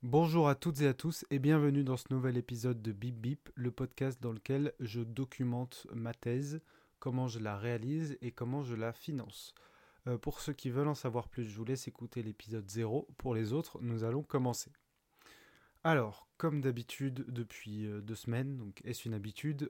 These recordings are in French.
Bonjour à toutes et à tous et bienvenue dans ce nouvel épisode de Bip Bip, le podcast dans lequel je documente ma thèse, comment je la réalise et comment je la finance. Pour ceux qui veulent en savoir plus, je vous laisse écouter l'épisode 0. Pour les autres, nous allons commencer. Alors, comme d'habitude, depuis 2 semaines, donc est-ce une habitude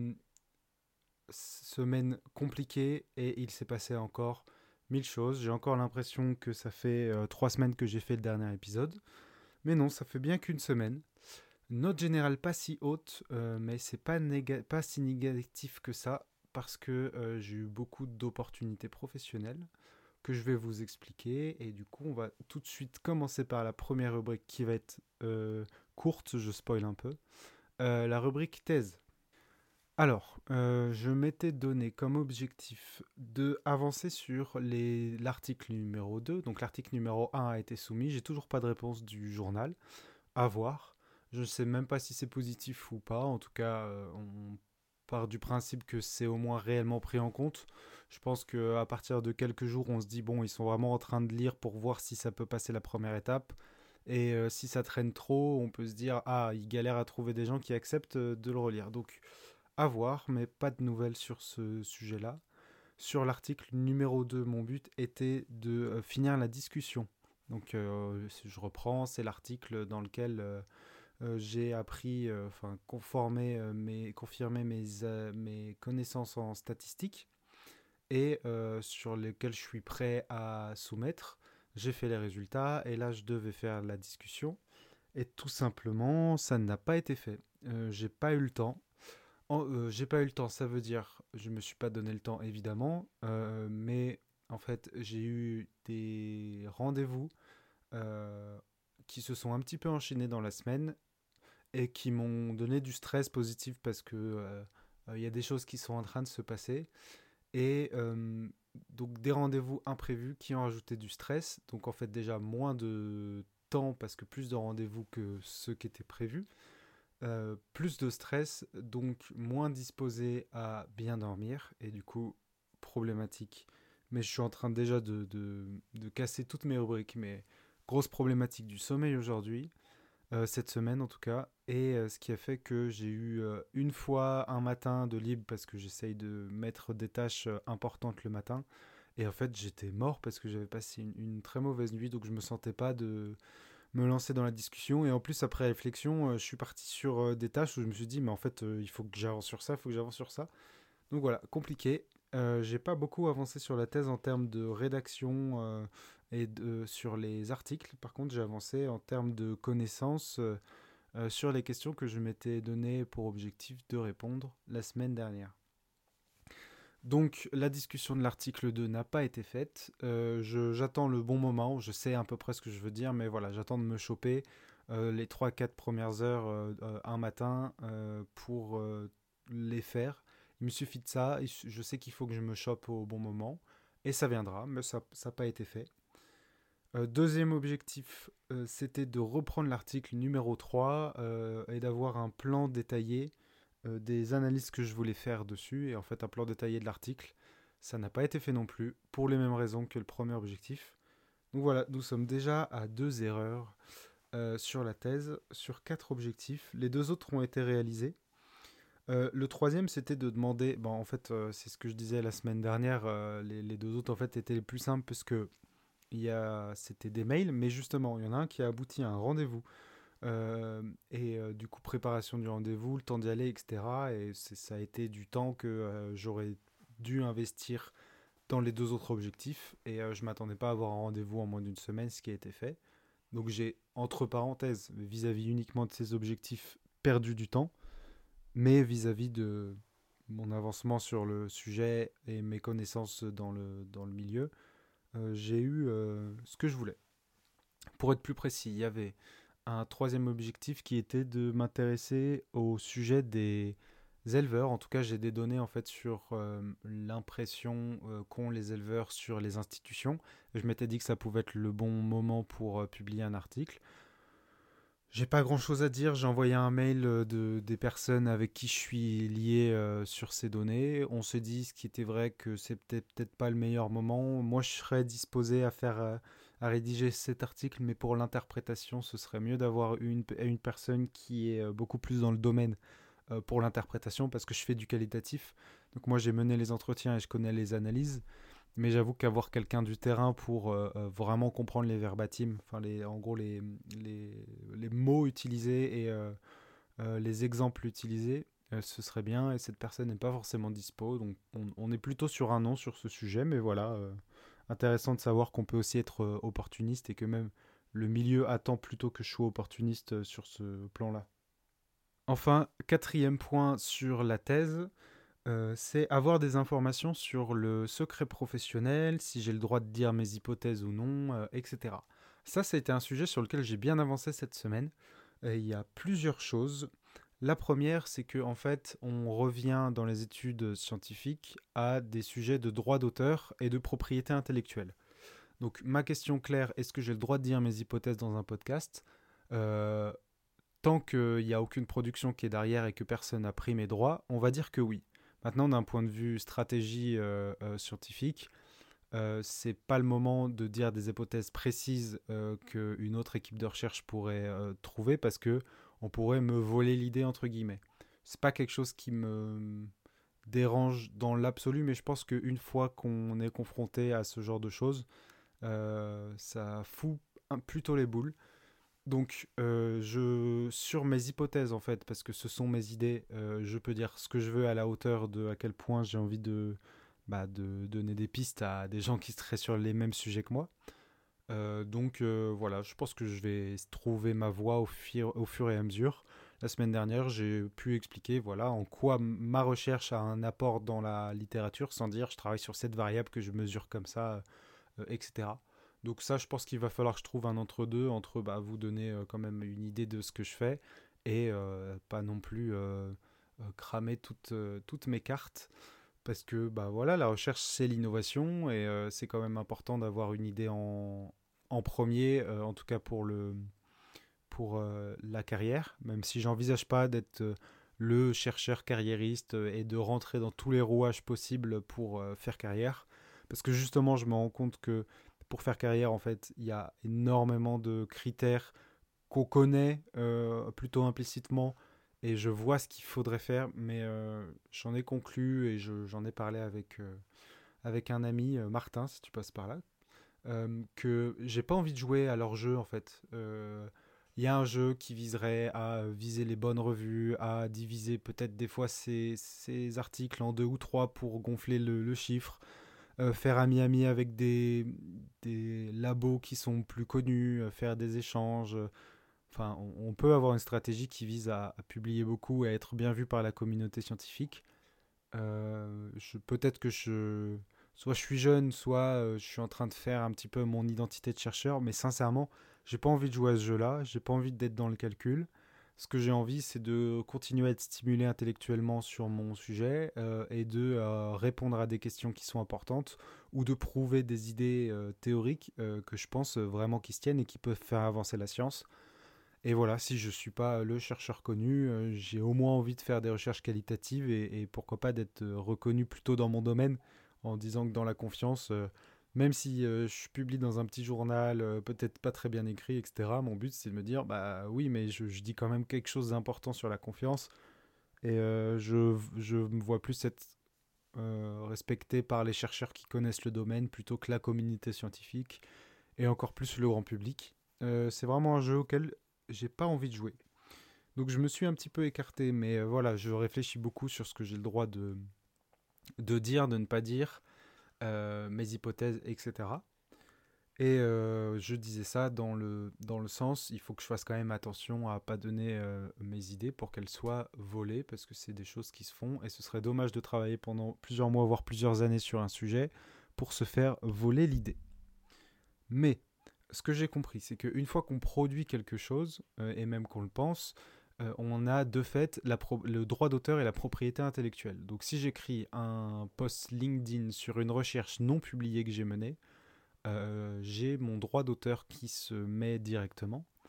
semaine compliquée et il s'est passé encore 1000 choses. J'ai encore l'impression que ça fait 3 semaines que j'ai fait le dernier épisode. Mais non, ça fait bien qu'une semaine. Note générale pas si haute, mais c'est pas si négatif que ça, parce que j'ai eu beaucoup d'opportunités professionnelles que je vais vous expliquer. Et du coup, on va tout de suite commencer par la première rubrique qui va être courte, je spoil un peu. La rubrique thèse. Alors, je m'étais donné comme objectif de avancer sur l'article numéro 2. Donc l'article numéro 1 a été soumis, j'ai toujours pas de réponse du journal. À voir. Je ne sais même pas si c'est positif ou pas. En tout cas, on part du principe que c'est au moins réellement pris en compte. Je pense qu'à partir de quelques jours, on se dit, bon, ils sont vraiment en train de lire pour voir si ça peut passer la première étape. Et si ça traîne trop, on peut se dire, ah, ils galèrent à trouver des gens qui acceptent de le relire. Donc, à voir, mais pas de nouvelles sur ce sujet-là. Sur l'article numéro 2, mon but était de finir la discussion. Donc, je reprends, c'est l'article dans lequel j'ai appris, confirmé mes connaissances en statistique et sur lesquelles je suis prêt à soumettre. J'ai fait les résultats et là je devais faire la discussion et tout simplement ça n'a pas été fait. J'ai pas eu le temps. J'ai pas eu le temps, ça veut dire je me suis pas donné le temps évidemment, mais en fait j'ai eu des rendez-vous euh, qui se sont un petit peu enchaînés dans la semaine et qui m'ont donné du stress positif parce que y a des choses qui sont en train de se passer et donc des rendez-vous imprévus qui ont ajouté du stress. Donc en fait déjà moins de temps parce que plus de rendez-vous que ceux qui étaient prévus. Plus de stress, donc moins disposé à bien dormir et du coup problématique. Mais je suis en train déjà de casser toutes mes rubriques, mais grosse problématique du sommeil aujourd'hui cette semaine en tout cas, et ce qui a fait que j'ai eu une fois un matin de libre parce que j'essaye de mettre des tâches importantes le matin, et en fait j'étais mort parce que j'avais passé une très mauvaise nuit, donc je me sentais pas de me lancer dans la discussion, et en plus après réflexion, je suis parti sur des tâches où je me suis dit mais en fait il faut que j'avance sur ça, il faut que j'avance sur ça, donc voilà, compliqué. J'ai pas beaucoup avancé sur la thèse en termes de rédaction sur les articles. Par contre, j'ai avancé en termes de connaissances sur les questions que je m'étais donné pour objectif de répondre la semaine dernière. Donc la discussion de l'article 2 n'a pas été faite. J'attends le bon moment, je sais à peu près ce que je veux dire, mais voilà, j'attends de me choper les 3 4 premières heures un matin pour les faire. Il me suffit de ça, je sais qu'il faut que je me chope au bon moment, et ça viendra, mais ça n'a pas été fait. Deuxième objectif, c'était de reprendre l'article numéro 3 et d'avoir un plan détaillé des analyses que je voulais faire dessus, et en fait un plan détaillé de l'article. Ça n'a pas été fait non plus, pour les mêmes raisons que le premier objectif. Donc voilà, nous sommes déjà à 2 erreurs sur la thèse, sur 4 objectifs. Les 2 autres ont été réalisés. Le troisième, c'était de demander. Bon, en fait, c'est ce que je disais la semaine dernière. Les 2 autres, en fait, étaient les plus simples parce que c'était des mails, mais justement, il y en a un qui a abouti à un rendez-vous. Du coup, préparation du rendez-vous, le temps d'y aller, etc. Et ça a été du temps que j'aurais dû investir dans les 2 autres objectifs. Et je m'attendais pas à avoir un rendez-vous en moins d'une semaine, ce qui a été fait. Donc j'ai, entre parenthèses, vis-à-vis uniquement de ces objectifs, perdu du temps, mais vis-à-vis de mon avancement sur le sujet et mes connaissances dans le milieu, j'ai eu ce que je voulais. Pour être plus précis, il y avait un troisième objectif qui était de m'intéresser au sujet des éleveurs. En tout cas, j'ai des données en fait sur l'impression qu'ont les éleveurs sur les institutions. Je m'étais dit que ça pouvait être le bon moment pour publier un article. J'ai pas grand chose à dire, j'ai envoyé un mail des personnes avec qui je suis lié sur ces données. On se dit, ce qui était vrai, que c'est peut-être pas le meilleur moment. Moi, je serais disposé à faire à rédiger cet article, mais pour l'interprétation, ce serait mieux d'avoir une personne qui est beaucoup plus dans le domaine pour l'interprétation, parce que je fais du qualitatif. Donc moi, j'ai mené les entretiens et je connais les analyses. Mais j'avoue qu'avoir quelqu'un du terrain pour vraiment comprendre les verbatims, enfin en gros les mots utilisés et les exemples utilisés, ce serait bien. Et cette personne n'est pas forcément dispo, donc on est plutôt sur un non sur ce sujet. Mais voilà, intéressant de savoir qu'on peut aussi être opportuniste et que même le milieu attend plutôt que je sois opportuniste sur ce plan-là. Enfin, quatrième point sur la thèse, c'est avoir des informations sur le secret professionnel, si j'ai le droit de dire mes hypothèses ou non, etc. Ça a été un sujet sur lequel j'ai bien avancé cette semaine. Il y a plusieurs choses. La première, c'est que en fait, on revient dans les études scientifiques à des sujets de droit d'auteur et de propriété intellectuelle. Donc, ma question claire, est-ce que j'ai le droit de dire mes hypothèses dans un podcast? Euh, Tant qu'il n'y a aucune production qui est derrière et que personne n'a pris mes droits, on va dire que oui. Maintenant, d'un point de vue stratégie scientifique, c'est pas le moment de dire des hypothèses précises qu'une autre équipe de recherche pourrait trouver parce que on pourrait me voler l'idée entre guillemets. C'est pas quelque chose qui me dérange dans l'absolu, mais je pense qu'une fois qu'on est confronté à ce genre de choses, ça fout plutôt les boules. Donc, sur mes hypothèses, en fait, parce que ce sont mes idées, je peux dire ce que je veux à la hauteur de à quel point j'ai envie de donner des pistes à des gens qui seraient sur les mêmes sujets que moi. Voilà, je pense que je vais trouver ma voie au fur et à mesure. La semaine dernière, j'ai pu expliquer voilà, en quoi ma recherche a un apport dans la littérature, sans dire je travaille sur cette variable que je mesure comme ça, etc. Donc ça, je pense qu'il va falloir que je trouve un entre-deux, entre vous donner quand même une idée de ce que je fais et pas non plus cramer toutes mes cartes. Parce que voilà, la recherche, c'est l'innovation et c'est quand même important d'avoir une idée en premier, en tout cas pour la carrière, même si j'envisage pas d'être le chercheur carriériste et de rentrer dans tous les rouages possibles pour faire carrière. Parce que justement, je me rends compte que pour faire carrière, en fait, il y a énormément de critères qu'on connaît plutôt implicitement et je vois ce qu'il faudrait faire, mais j'en ai conclu et j'en ai parlé avec un ami, Martin, si tu passes par là, que j'ai pas envie de jouer à leur jeu en fait. Il y a un jeu qui viserait à viser les bonnes revues, à diviser peut-être des fois ces articles en deux ou trois pour gonfler le chiffre, faire ami-ami avec des labos qui sont plus connus, faire des échanges. Enfin, on peut avoir une stratégie qui vise à publier beaucoup et à être bien vu par la communauté scientifique. Peut-être que soit je suis jeune, soit je suis en train de faire un petit peu mon identité de chercheur, mais sincèrement, j'ai pas envie de jouer à ce jeu-là, j'ai pas envie d'être dans le calcul. Ce que j'ai envie, c'est de continuer à être stimulé intellectuellement sur mon sujet et de répondre à des questions qui sont importantes ou de prouver des idées théoriques que je pense vraiment qui se tiennent et qui peuvent faire avancer la science. Et voilà, si je ne suis pas le chercheur connu, j'ai au moins envie de faire des recherches qualitatives et pourquoi pas d'être reconnu plutôt dans mon domaine en disant que dans la confiance, même si je publie dans un petit journal, peut-être pas très bien écrit, etc., mon but c'est de me dire, bah oui, mais je dis quand même quelque chose d'important sur la confiance et je me vois plus être respecté par les chercheurs qui connaissent le domaine plutôt que la communauté scientifique et encore plus le grand public. C'est vraiment un jeu auquel j'ai pas envie de jouer. Donc je me suis un petit peu écarté, mais voilà, je réfléchis beaucoup sur ce que j'ai le droit de dire, de ne pas dire, mes hypothèses, etc. Et je disais ça dans le sens, il faut que je fasse quand même attention à pas donner mes idées pour qu'elles soient volées, parce que c'est des choses qui se font, et ce serait dommage de travailler pendant plusieurs mois, voire plusieurs années sur un sujet pour se faire voler l'idée. Mais ce que j'ai compris, c'est qu'une fois qu'on produit quelque chose, et même qu'on le pense, on a de fait le droit d'auteur et la propriété intellectuelle. Donc si j'écris un post LinkedIn sur une recherche non publiée que j'ai menée, j'ai mon droit d'auteur qui se met directement.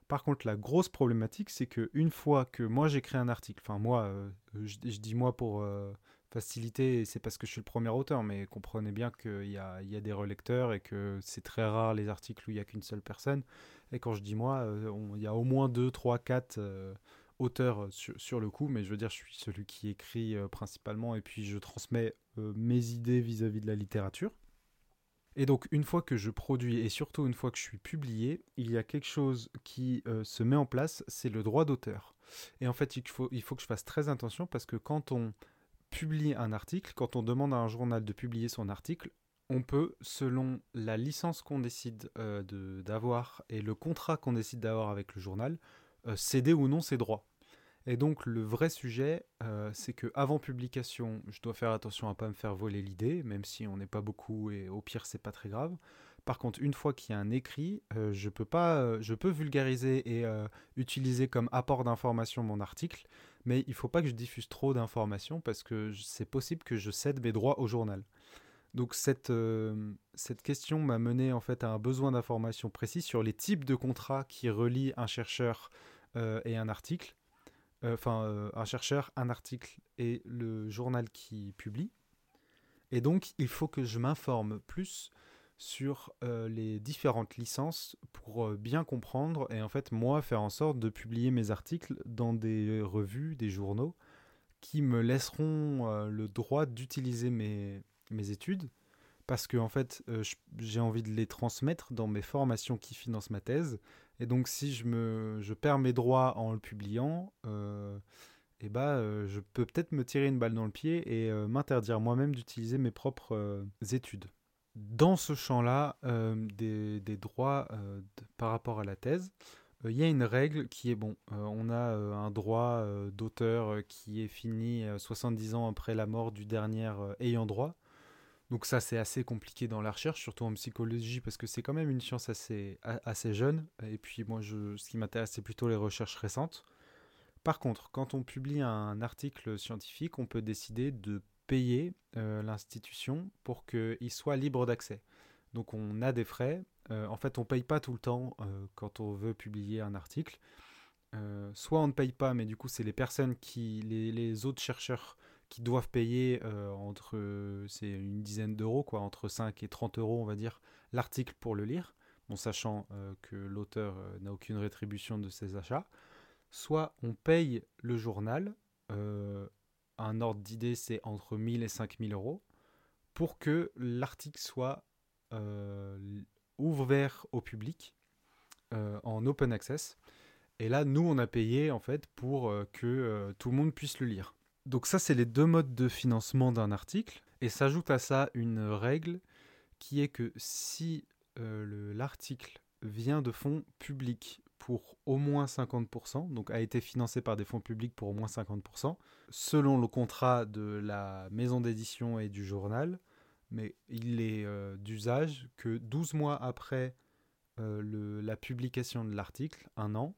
Par contre, la grosse problématique, c'est qu'une fois que moi j'ai créé un article, enfin moi, je dis moi pour faciliter, c'est parce que je suis le premier auteur, mais comprenez bien qu'il y a des relecteurs et que c'est très rare les articles où il n'y a qu'une seule personne. Et quand je dis moi, il y a au moins 2, 3, 4 auteurs sur le coup, mais je veux dire, je suis celui qui écrit principalement et puis je transmets mes idées vis-à-vis de la littérature. Et donc, une fois que je produis et surtout une fois que je suis publié, il y a quelque chose qui se met en place, c'est le droit d'auteur. Et en fait, il faut que je fasse très attention parce que quand on publie un article, quand on demande à un journal de publier son article, on peut, selon la licence qu'on décide d'avoir et le contrat qu'on décide d'avoir avec le journal, céder ou non ses droits. Et donc le vrai sujet, c'est que avant publication, je dois faire attention à pas me faire voler l'idée, même si on n'est pas beaucoup et au pire c'est pas très grave. Par contre, une fois qu'il y a un écrit, je peux pas, je peux vulgariser et utiliser comme apport d'information mon article, mais il faut pas que je diffuse trop d'informations parce que c'est possible que je cède mes droits au journal. Donc cette question m'a mené en fait à un besoin d'informations précises sur les types de contrats qui relient un chercheur et un article un chercheur, un article et le journal qui publie. Et donc, il faut que je m'informe plus sur les différentes licences pour bien comprendre et en fait, moi, faire en sorte de publier mes articles dans des revues, des journaux qui me laisseront le droit d'utiliser mes études parce que en fait, j'ai envie de les transmettre dans mes formations qui financent ma thèse. Et donc, si je perds mes droits en le publiant, je peux peut-être me tirer une balle dans le pied et m'interdire moi-même d'utiliser mes propres études. Dans ce champ-là, des droits par rapport à la thèse, il y a une règle qui est bon. On a un droit d'auteur qui est fini 70 ans après la mort du dernier ayant droit. Donc ça, c'est assez compliqué dans la recherche, surtout en psychologie, parce que c'est quand même une science assez jeune. Et puis moi, ce qui m'intéresse, c'est plutôt les recherches récentes. Par contre, quand on publie un article scientifique, on peut décider de payer l'institution pour qu'il soit libre d'accès. Donc on a des frais. En fait, on ne paye pas tout le temps quand on veut publier un article. Soit on ne paye pas, mais du coup, c'est les personnes les autres chercheurs qui doivent payer c'est une dizaine d'euros, quoi, entre 5 et 30 euros, on va dire, l'article pour le lire, bon, sachant que l'auteur n'a aucune rétribution de ses achats. Soit on paye le journal, un ordre d'idée, c'est entre 1000 et 5000 euros, pour que l'article soit euh, ouvert au public en open access. Et là, nous, on a payé en fait pour que tout le monde puisse le lire. Donc ça, c'est les deux modes de financement d'un article. Et s'ajoute à ça une règle qui est que si l'article vient de fonds publics pour au moins 50%, donc a été financé par des fonds publics pour au moins 50%, selon le contrat de la maison d'édition et du journal, mais il est d'usage que 12 mois après la publication de l'article, un an,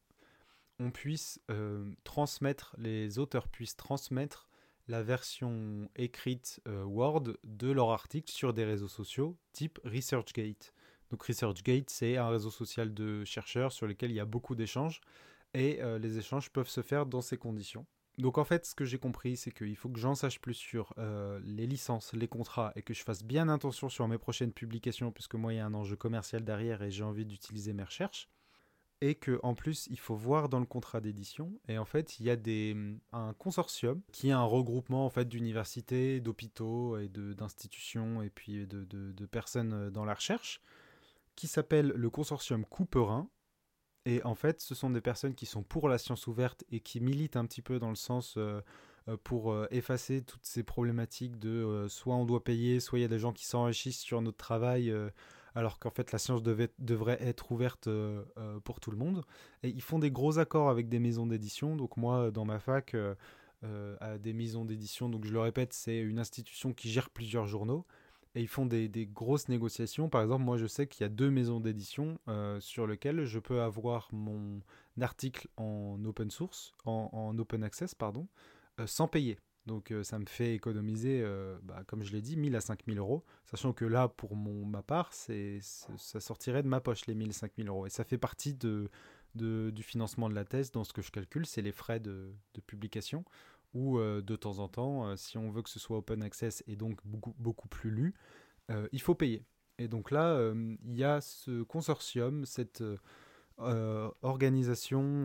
les auteurs puissent transmettre la version écrite Word de leur article sur des réseaux sociaux type ResearchGate. Donc ResearchGate, c'est un réseau social de chercheurs sur lequel il y a beaucoup d'échanges et les échanges peuvent se faire dans ces conditions. Donc en fait, ce que j'ai compris, c'est qu'il faut que j'en sache plus sur les licences, les contrats et que je fasse bien attention sur mes prochaines publications puisque moi, il y a un enjeu commercial derrière et j'ai envie d'utiliser mes recherches et que en plus il faut voir dans le contrat d'édition et en fait il y a un consortium qui est un regroupement en fait d'universités, d'hôpitaux et d'institutions et puis de personnes dans la recherche qui s'appelle le consortium Couperin et en fait ce sont des personnes qui sont pour la science ouverte et qui militent un petit peu dans le sens pour effacer toutes ces problématiques de soit on doit payer, soit il y a des gens qui s'enrichissent sur notre travail alors qu'en fait la science devrait être ouverte pour tout le monde. Et ils font des gros accords avec des maisons d'édition. Donc moi, dans ma fac, à des maisons d'édition, donc je le répète, c'est une institution qui gère plusieurs journaux. Et ils font des grosses négociations. Par exemple, moi je sais qu'il y a deux maisons d'édition sur lesquelles je peux avoir mon article en open source, en open access, pardon, sans payer. Donc ça me fait économiser, comme je l'ai dit, 1000 à 5000 euros. Sachant que là, pour ma part, ça sortirait de ma poche, les 1000 à 5000 euros. Et ça fait partie du financement de la thèse dans ce que je calcule, c'est les frais de publication, où de temps en temps, si on veut que ce soit open access et donc beaucoup plus lu, il faut payer. Et donc là, il y a ce consortium, cette organisation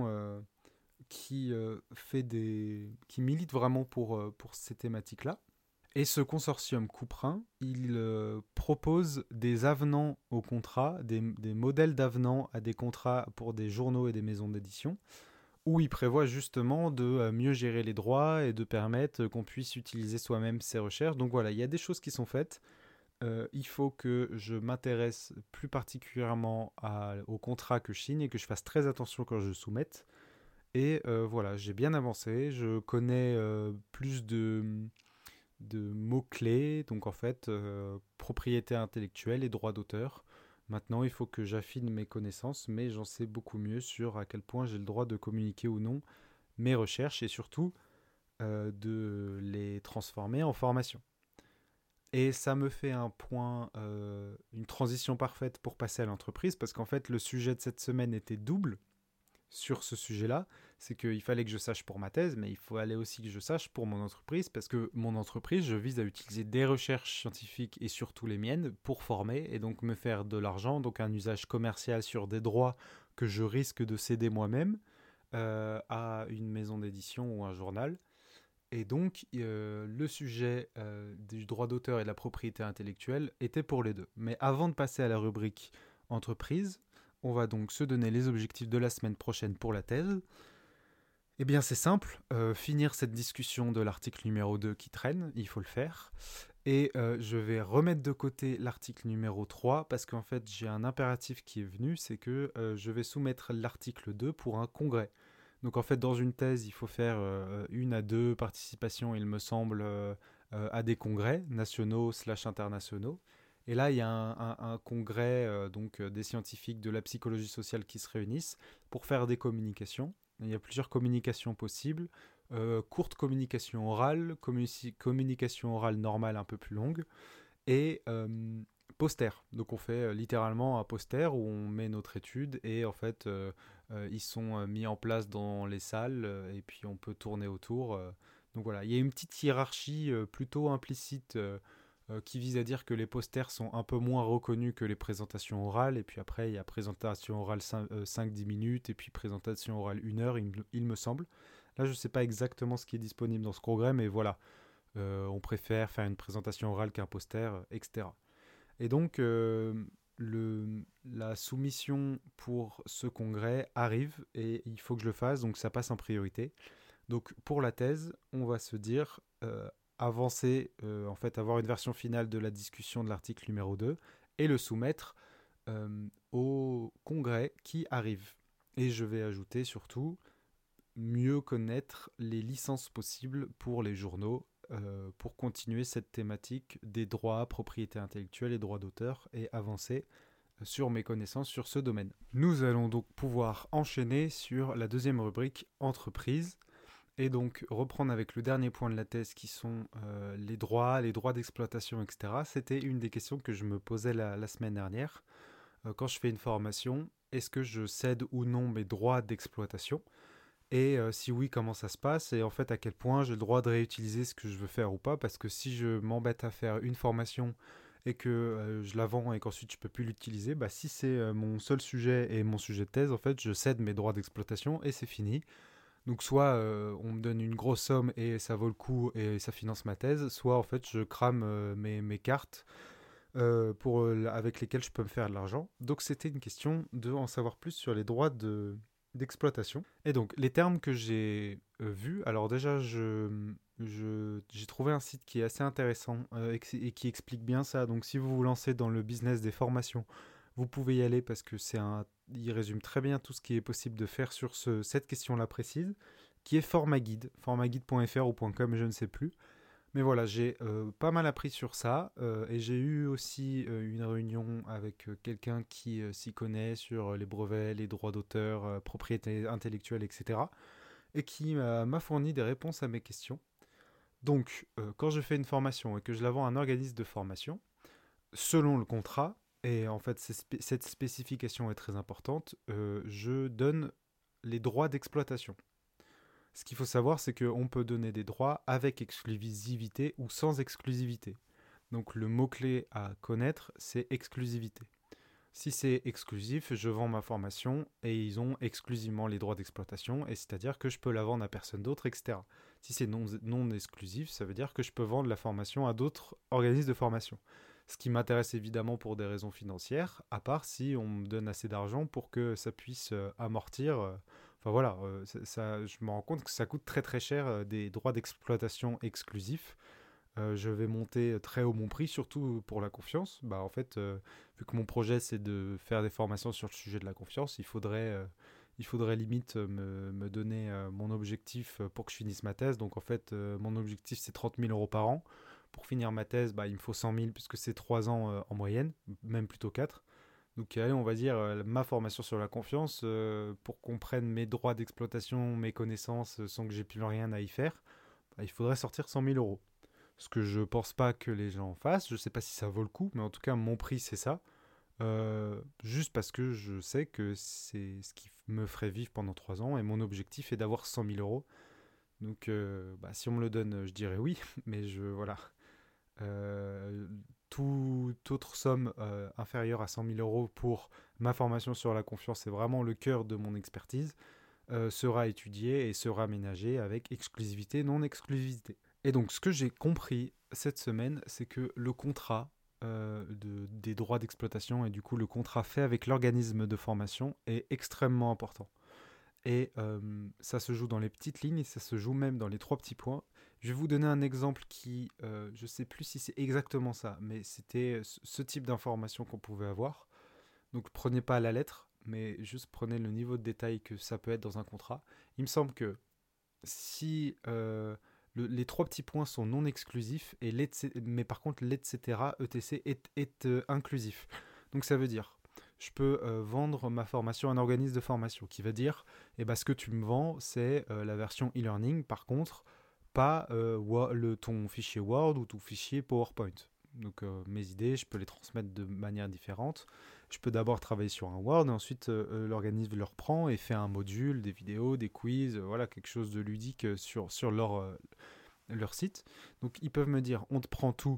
qui milite vraiment pour ces thématiques-là. Et ce consortium Couperin, il propose des avenants aux contrats, des modèles d'avenants à des contrats pour des journaux et des maisons d'édition, où il prévoit justement de mieux gérer les droits et de permettre qu'on puisse utiliser soi-même ses recherches. Donc voilà, il y a des choses qui sont faites. Il faut que je m'intéresse plus particulièrement aux contrats que je signe et que je fasse très attention quand je soumette. Et voilà, j'ai bien avancé. Je connais plus de mots-clés, donc en fait, propriété intellectuelle et droit d'auteur. Maintenant, il faut que j'affine mes connaissances, mais j'en sais beaucoup mieux sur à quel point j'ai le droit de communiquer ou non mes recherches et surtout de les transformer en formation. Et ça me fait une transition parfaite pour passer à l'entreprise, parce qu'en fait, le sujet de cette semaine était double sur ce sujet-là. C'est qu'il fallait que je sache pour ma thèse, mais il fallait aussi que je sache pour mon entreprise, parce que mon entreprise, je vise à utiliser des recherches scientifiques et surtout les miennes pour former et donc me faire de l'argent, donc un usage commercial sur des droits que je risque de céder moi-même à une maison d'édition ou un journal. Et donc, le sujet du droit d'auteur et de la propriété intellectuelle était pour les deux. Mais avant de passer à la rubrique entreprise, on va donc se donner les objectifs de la semaine prochaine pour la thèse. Eh bien, c'est simple, finir cette discussion de l'article numéro 2 qui traîne, il faut le faire. Et je vais remettre de côté l'article numéro 3 parce qu'en fait, j'ai un impératif qui est venu, c'est que je vais soumettre l'article 2 pour un congrès. Donc en fait, dans une thèse, il faut faire 1 à 2 participations, il me semble, à des congrès nationaux / internationaux. Et là, il y a un congrès des scientifiques de la psychologie sociale qui se réunissent pour faire des communications. Il y a plusieurs communications possibles. Courte communication orale, communication orale normale un peu plus longue, et poster. Donc on fait littéralement un poster où on met notre étude et en fait ils sont mis en place dans les salles et puis on peut tourner autour. Donc voilà, il y a une petite hiérarchie plutôt implicite qui vise à dire que les posters sont un peu moins reconnus que les présentations orales, et puis après il y a présentation orale 5-10 minutes et puis présentation orale 1 heure, il me semble. Là je ne sais pas exactement ce qui est disponible dans ce congrès, mais voilà, on préfère faire une présentation orale qu'un poster, etc. Et donc, la soumission pour ce congrès arrive et il faut que je le fasse, donc ça passe en priorité. Donc, pour la thèse, on va se dire avancer, en fait, avoir une version finale de la discussion de l'article numéro 2 et le soumettre au congrès qui arrive. Et je vais ajouter surtout mieux connaître les licences possibles pour les journaux pour continuer cette thématique des droits, propriété intellectuelle et droits d'auteur et avancer sur mes connaissances sur ce domaine. Nous allons donc pouvoir enchaîner sur la deuxième rubrique entreprise et donc reprendre avec le dernier point de la thèse qui sont les droits d'exploitation, etc. C'était une des questions que je me posais la semaine dernière. Quand je fais une formation, est-ce que je cède ou non mes droits d'exploitation ? Et si oui, comment ça se passe? Et en fait, à quel point j'ai le droit de réutiliser ce que je veux faire ou pas? Parce que si je m'embête à faire une formation et que je la vends et qu'ensuite je peux plus l'utiliser, bah, si c'est mon seul sujet et mon sujet de thèse, en fait, je cède mes droits d'exploitation et c'est fini. Donc soit on me donne une grosse somme et ça vaut le coup et ça finance ma thèse, soit en fait je crame mes cartes avec lesquelles je peux me faire de l'argent. Donc c'était une question de en savoir plus sur les droits d'exploitation. Et donc, les termes que j'ai vus, alors déjà, j'ai trouvé un site qui est assez intéressant et qui explique bien ça. Donc, si vous vous lancez dans le business des formations, vous pouvez y aller parce que il résume très bien tout ce qui est possible de faire sur cette question-là précise, qui est formaguide.fr ou .com, je ne sais plus. Mais voilà, j'ai pas mal appris sur ça et j'ai eu aussi une réunion avec quelqu'un qui s'y connaît sur les brevets, les droits d'auteur, propriété intellectuelle, etc. et qui m'a fourni des réponses à mes questions. Donc, quand je fais une formation et que je la vends à un organisme de formation, selon le contrat, et en fait cette spécification est très importante, je donne les droits d'exploitation. Ce qu'il faut savoir, c'est qu'on peut donner des droits avec exclusivité ou sans exclusivité. Donc le mot-clé à connaître, c'est exclusivité. Si c'est exclusif, je vends ma formation et ils ont exclusivement les droits d'exploitation, et c'est-à-dire que je peux la vendre à personne d'autre, etc. Si c'est non exclusif, ça veut dire que je peux vendre la formation à d'autres organismes de formation. Ce qui m'intéresse évidemment pour des raisons financières, à part si on me donne assez d'argent pour que ça puisse amortir. Enfin voilà, je me rends compte que ça coûte très très cher des droits d'exploitation exclusifs. Je vais monter très haut mon prix, surtout pour la confiance. Bah, en fait, vu que mon projet c'est de faire des formations sur le sujet de la confiance, il faudrait limite me donner mon objectif pour que je finisse ma thèse. Donc en fait, mon objectif c'est 30 000 euros par an. Pour finir ma thèse, bah, il me faut 100 000 puisque c'est 3 ans en moyenne, même plutôt 4. Donc allez, on va dire ma formation sur la confiance, pour qu'on prenne mes droits d'exploitation, mes connaissances, sans que j'ai plus rien à y faire, bah, il faudrait sortir 100 000 euros. Ce que je pense pas que les gens fassent. Je sais pas si ça vaut le coup, mais en tout cas, mon prix, c'est ça. Juste parce que je sais que c'est ce qui me ferait vivre pendant 3 ans et mon objectif est d'avoir 100 000 euros. Donc, bah, si on me le donne, je dirais oui, mais voilà. Euh, Toute autre somme inférieure à 100 000 euros pour ma formation sur la confiance, c'est vraiment le cœur de mon expertise, sera étudiée et sera aménagée avec exclusivité, non-exclusivité. Et donc, ce que j'ai compris cette semaine, c'est que le contrat des droits d'exploitation et du coup le contrat fait avec l'organisme de formation est extrêmement important. Et ça se joue dans les petites lignes et ça se joue même dans les 3 petits points. Je vais vous donner un exemple qui, je ne sais plus si c'est exactement ça, mais c'était ce type d'information qu'on pouvait avoir. Donc prenez pas à la lettre, mais juste prenez le niveau de détail que ça peut être dans un contrat. Il me semble que si les 3 petits points sont non exclusifs, mais par contre l'etc. Est inclusif. Donc ça veut dire, je peux vendre ma formation à un organisme de formation qui va dire, eh ben, ce que tu me vends, c'est la version e-learning, par contre, pas ton fichier Word ou ton fichier PowerPoint. Donc mes idées, je peux les transmettre de manière différente. Je peux d'abord travailler sur un Word, et ensuite l'organisme le reprend et fait un module, des vidéos, des quiz, voilà, quelque chose de ludique sur leur site. Donc ils peuvent me dire, on te prend tout,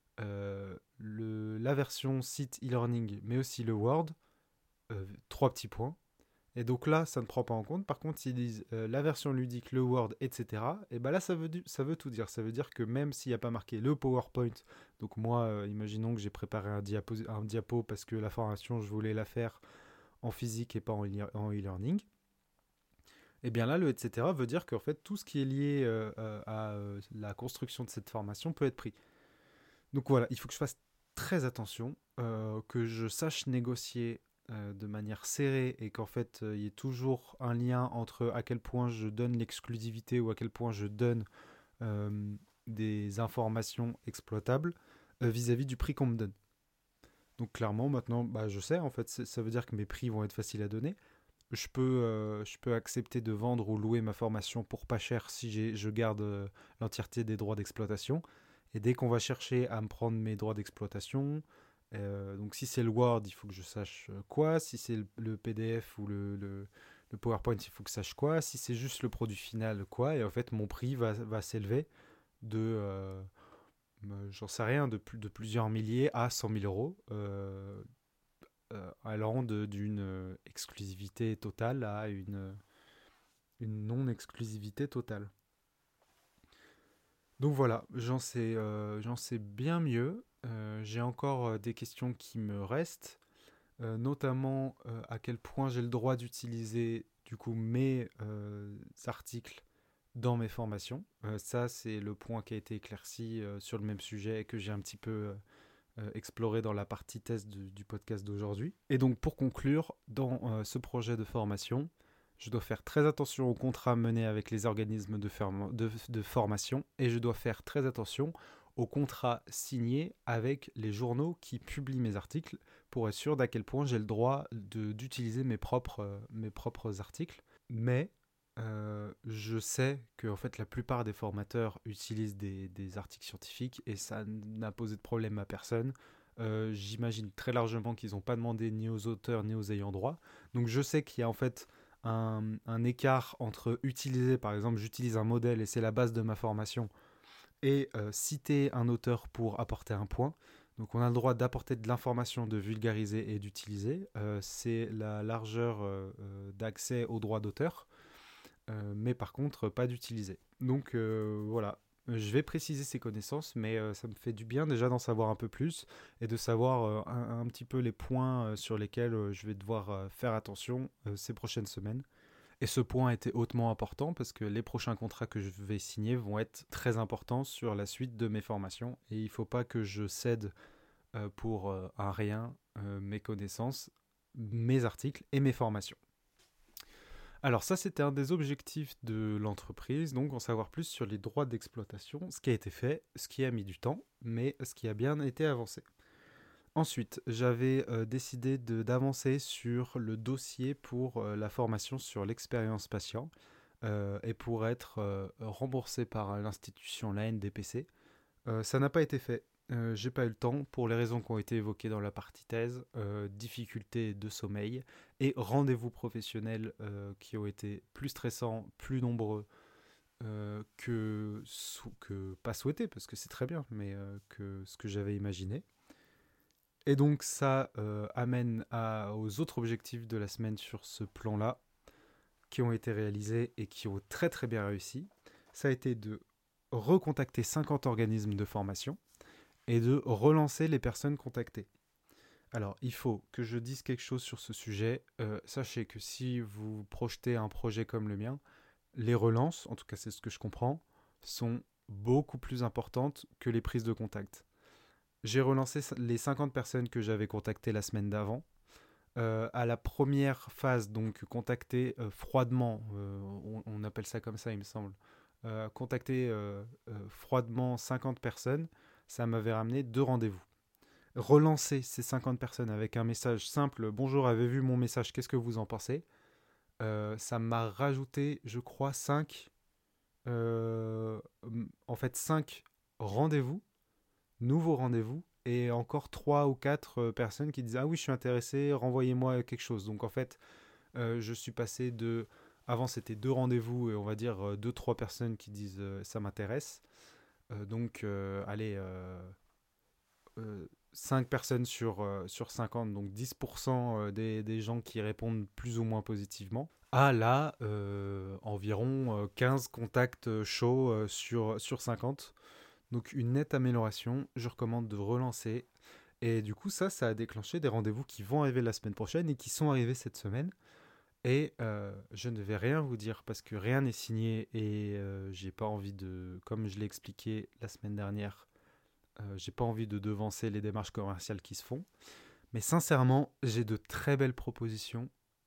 la version site e-learning, mais aussi le Word, 3 petits points. Et donc là, ça ne prend pas en compte. Par contre, s'ils disent la version ludique, le Word, etc., et ben là, ça veut tout dire. Ça veut dire que même s'il n'y a pas marqué le PowerPoint, donc moi, imaginons que j'ai préparé un diapo parce que la formation, je voulais la faire en physique et pas en e-learning, et bien là, le etc. veut dire qu'en fait, tout ce qui est lié à la construction de cette formation peut être pris. Donc voilà, il faut que je fasse très attention, que je sache négocier de manière serrée et qu'en fait il y ait toujours un lien entre à quel point je donne l'exclusivité ou à quel point je donne des informations exploitables vis-à-vis du prix qu'on me donne. Donc clairement maintenant, bah, je sais, en fait ça veut dire que mes prix vont être faciles à donner. Je peux accepter de vendre ou louer ma formation pour pas cher si je garde l'entièreté des droits d'exploitation. Et dès qu'on va chercher à me prendre mes droits d'exploitation, donc si c'est le Word, il faut que je sache quoi. Si c'est le PDF ou le PowerPoint, il faut que je sache quoi. Si c'est juste le produit final, quoi. Et en fait, mon prix va s'élever de, j'en sais rien, de plusieurs milliers à 100 000 euros. Allant d'une exclusivité totale à une non-exclusivité totale. Donc voilà, j'en sais bien mieux. J'ai encore des questions qui me restent, notamment à quel point j'ai le droit d'utiliser du coup mes articles dans mes formations. Ça, c'est le point qui a été éclairci sur le même sujet et que j'ai un petit peu exploré dans la partie test du podcast d'aujourd'hui. Et donc pour conclure, dans ce projet de formation, je dois faire très attention aux contrats menés avec les organismes de formation et je dois faire très attention aux contrats signés avec les journaux qui publient mes articles pour être sûr d'à quel point j'ai le droit d'utiliser mes propres articles. Mais je sais que en fait, la plupart des formateurs utilisent des articles scientifiques et ça n'a posé de problème à personne. J'imagine très largement qu'ils n'ont pas demandé ni aux auteurs ni aux ayants droit. Donc je sais qu'il y a en fait un écart entre utiliser, par exemple, j'utilise un modèle et c'est la base de ma formation, et citer un auteur pour apporter un point. Donc on a le droit d'apporter de l'information, de vulgariser et d'utiliser. C'est la largeur d'accès aux droits d'auteur, mais par contre pas d'utiliser. Donc voilà, je vais préciser ces connaissances, mais ça me fait du bien déjà d'en savoir un peu plus et de savoir un petit peu les points sur lesquels je vais devoir faire attention ces prochaines semaines. Et ce point était hautement important parce que les prochains contrats que je vais signer vont être très importants sur la suite de mes formations. Et il ne faut pas que je cède pour un rien mes connaissances, mes articles et mes formations. Alors ça, c'était un des objectifs de l'entreprise, donc en savoir plus sur les droits d'exploitation, ce qui a été fait, ce qui a mis du temps, mais ce qui a bien été avancé. Ensuite, j'avais décidé d'avancer sur le dossier pour la formation sur l'expérience patient et pour être remboursé par l'institution, la NDPC. Ça n'a pas été fait. J'ai pas eu le temps pour les raisons qui ont été évoquées dans la partie thèse, difficulté de sommeil et rendez-vous professionnels qui ont été plus stressants, plus nombreux que pas souhaité, parce que c'est très bien, mais que ce que j'avais imaginé. Et donc ça amène aux autres objectifs de la semaine sur ce plan-là, qui ont été réalisés et qui ont très très bien réussi. Ça a été de recontacter 50 organismes de formation et de relancer les personnes contactées. Alors, il faut que je dise quelque chose sur ce sujet. Sachez que si vous projetez un projet comme le mien, les relances, en tout cas c'est ce que je comprends, sont beaucoup plus importantes que les prises de contact. J'ai relancé les 50 personnes que j'avais contactées la semaine d'avant. À la première phase, donc contacter froidement, on appelle ça comme ça il me semble, contacter froidement 50 personnes, ça m'avait ramené 2 rendez-vous. Relancer ces 50 personnes avec un message simple, bonjour, avez vu mon message, qu'est-ce que vous en pensez? Ça m'a rajouté, je crois, 5 en fait 5 rendez-vous, nouveaux rendez-vous, et encore 3 ou 4 personnes qui disent ah oui je suis intéressé, renvoyez-moi quelque chose. Donc en fait je suis passé de, avant c'était 2 rendez-vous et on va dire 2-3 personnes qui disent ça m'intéresse. Donc allez 5 personnes sur 50, donc 10% des gens qui répondent plus ou moins positivement. À là, environ 15 contacts chauds sur 50. Donc une nette amélioration, je recommande de relancer. Et du coup, ça a déclenché des rendez-vous qui vont arriver la semaine prochaine et qui sont arrivés cette semaine. Et je ne vais rien vous dire parce que rien n'est signé et j'ai pas envie de, comme je l'ai expliqué la semaine dernière, j'ai pas envie de devancer les démarches commerciales qui se font. Mais sincèrement, j'ai de très belles propositions.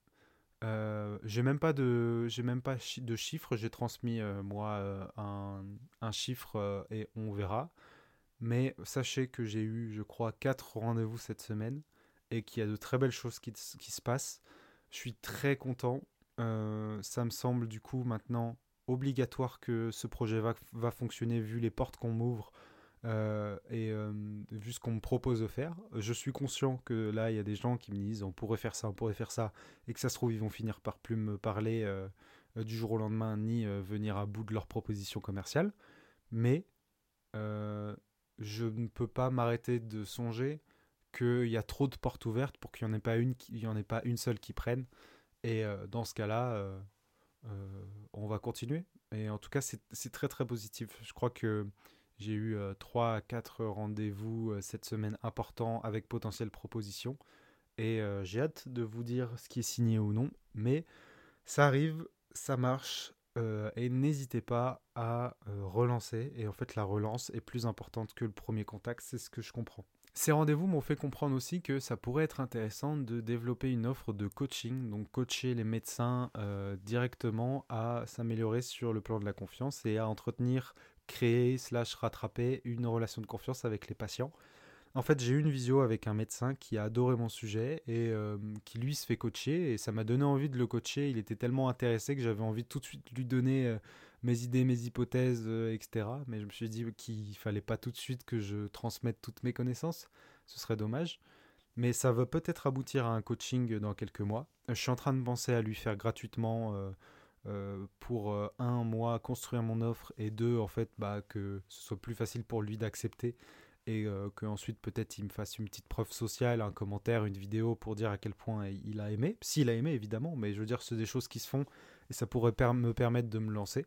J'ai même pas de chiffres. J'ai transmis moi un chiffre et on verra. Mais sachez que j'ai eu, je crois, 4 rendez-vous cette semaine et qu'il y a de très belles choses qui se passent. Je suis très content. Ça me semble du coup maintenant obligatoire que ce projet va fonctionner vu les portes qu'on m'ouvre et vu ce qu'on me propose de faire. Je suis conscient que là, il y a des gens qui me disent on pourrait faire ça, on pourrait faire ça, et que ça se trouve, ils vont finir par plus me parler du jour au lendemain, ni venir à bout de leurs propositions commerciales. Mais euh, je ne peux pas m'arrêter de songer qu'il y a trop de portes ouvertes pour qu'il n'y en ait pas il y en ait pas une seule qui prenne. Et dans ce cas-là, on va continuer. Et en tout cas, c'est très très positif. Je crois que j'ai eu 3 à 4 rendez-vous cette semaine importants avec potentielles propositions. Et j'ai hâte de vous dire ce qui est signé ou non. Mais ça arrive, ça marche. Et n'hésitez pas à relancer. Et en fait, la relance est plus importante que le premier contact. C'est ce que je comprends. Ces rendez-vous m'ont fait comprendre aussi que ça pourrait être intéressant de développer une offre de coaching, donc coacher les médecins directement à s'améliorer sur le plan de la confiance et à entretenir, créer, slash rattraper une relation de confiance avec les patients. En fait, j'ai eu une visio avec un médecin qui a adoré mon sujet et qui lui se fait coacher et ça m'a donné envie de le coacher. Il était tellement intéressé que j'avais envie de tout de suite lui donner mes idées, mes hypothèses, etc. Mais je me suis dit qu'il fallait pas tout de suite que je transmette toutes mes connaissances. ce serait dommage. Mais ça va peut-être aboutir à un coaching dans quelques mois. Je suis en train de penser à lui faire gratuitement pour un mois construire mon offre et deux en fait que ce soit plus facile pour lui d'accepter et qu'ensuite peut-être il me fasse une petite preuve sociale, un commentaire, une vidéo pour dire à quel point il a aimé. S'il a aimé évidemment, mais je veux dire c'est des choses qui se font et ça pourrait me permettre de me lancer.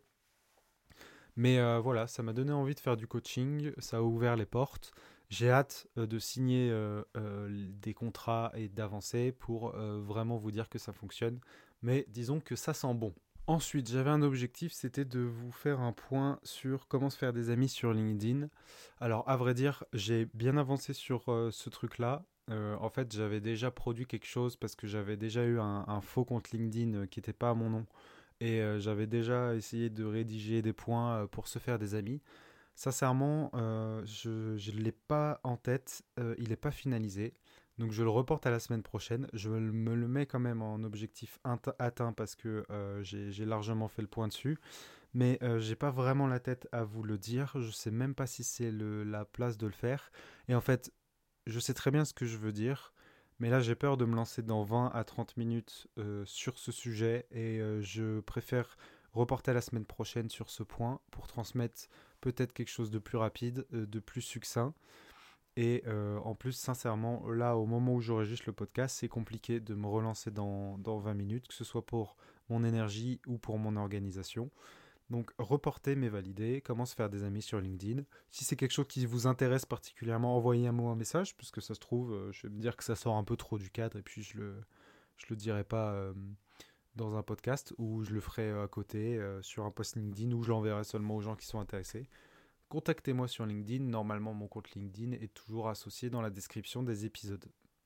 Mais voilà, ça m'a donné envie de faire du coaching, ça a ouvert les portes. J'ai hâte de signer des contrats et d'avancer pour vraiment vous dire que ça fonctionne. Mais disons que ça sent bon. Ensuite, j'avais un objectif, c'était de vous faire un point sur comment se faire des amis sur LinkedIn. Alors, à vrai dire, j'ai bien avancé sur ce truc-là. En fait, j'avais déjà produit quelque chose parce que j'avais déjà eu un faux compte LinkedIn qui n'était pas à mon nom. Et j'avais déjà essayé de rédiger des points pour se faire des amis. Sincèrement, je ne l'ai pas en tête, il n'est pas finalisé. Donc je le reporte à la semaine prochaine. Je me le mets quand même en objectif atteint parce que j'ai largement fait le point dessus. Mais j'ai pas vraiment la tête à vous le dire. Je sais même pas si c'est la place de le faire. Et en fait, je sais très bien ce que je veux dire. Mais là, j'ai peur de me lancer dans 20 à 30 minutes sur ce sujet. Et je préfère reporter à la semaine prochaine sur ce point pour transmettre peut-être quelque chose de plus rapide, de plus succinct. Et en plus, sincèrement, là, au moment où j'enregistre le podcast, c'est compliqué de me relancer dans 20 minutes, que ce soit pour mon énergie ou pour mon organisation. Donc, reporter mais valider, comment se faire des amis sur LinkedIn. Si c'est quelque chose qui vous intéresse particulièrement, envoyez-moi un message, puisque ça se trouve, je vais me dire que ça sort un peu trop du cadre, et puis je le dirai pas dans un podcast, ou je le ferai à côté sur un post LinkedIn, ou je l'enverrai seulement aux gens qui sont intéressés. Contactez-moi sur LinkedIn. Normalement, mon compte LinkedIn est toujours associé dans la description des épisodes.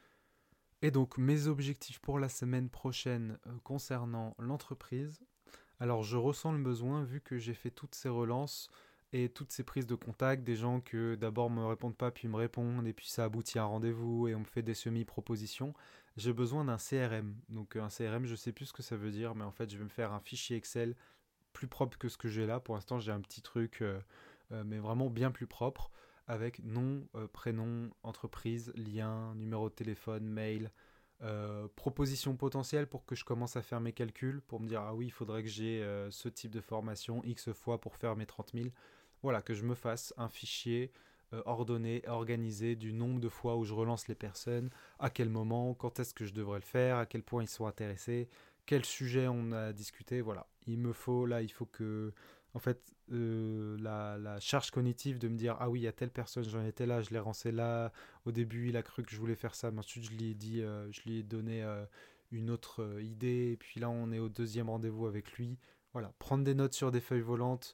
Et donc, mes objectifs pour la semaine prochaine concernant l'entreprise. Alors, je ressens le besoin, vu que j'ai fait toutes ces relances et toutes ces prises de contact, des gens que d'abord me répondent pas, puis me répondent, et puis ça aboutit à un rendez-vous et on me fait des semi-propositions. J'ai besoin d'un CRM. Donc, un CRM, je sais plus ce que ça veut dire, mais en fait, je vais me faire un fichier Excel plus propre que ce que j'ai là. Pour l'instant, j'ai un petit truc, mais vraiment bien plus propre, avec nom, prénom, entreprise, lien, numéro de téléphone, mail, proposition potentielle pour que je commence à faire mes calculs, pour me dire, ah oui, il faudrait que j'ai ce type de formation X fois pour faire mes 30 000. Voilà, que je me fasse un fichier ordonné, organisé du nombre de fois où je relance les personnes, à quel moment, quand est-ce que je devrais le faire, à quel point ils sont intéressés, quel sujet on a discuté, voilà. Il faut que, en fait, la charge cognitive de me dire, ah oui, il y a telle personne, j'en étais là, je l'ai relancé là, au début, il a cru que je voulais faire ça, mais ensuite, je lui ai dit, je lui ai donné une autre idée, et puis là, on est au deuxième rendez-vous avec lui. Voilà, prendre des notes sur des feuilles volantes,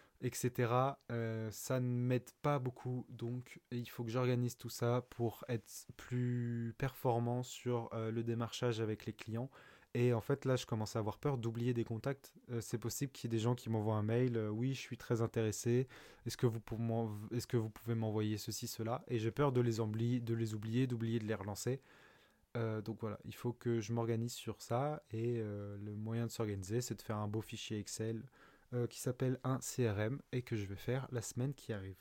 etc. Ça ne m'aide pas beaucoup, donc il faut que j'organise tout ça pour être plus performant sur le démarchage avec les clients. Et en fait, là, je commence à avoir peur d'oublier des contacts. C'est possible qu'il y ait des gens qui m'envoient un mail. Oui, je suis très intéressé. Est-ce que vous pouvez m'envoyer ceci, cela? Et j'ai peur d'oublier, de les relancer. Donc voilà, il faut que je m'organise sur ça. Et le moyen de s'organiser, c'est de faire un beau fichier Excel qui s'appelle un CRM et que je vais faire la semaine qui arrive.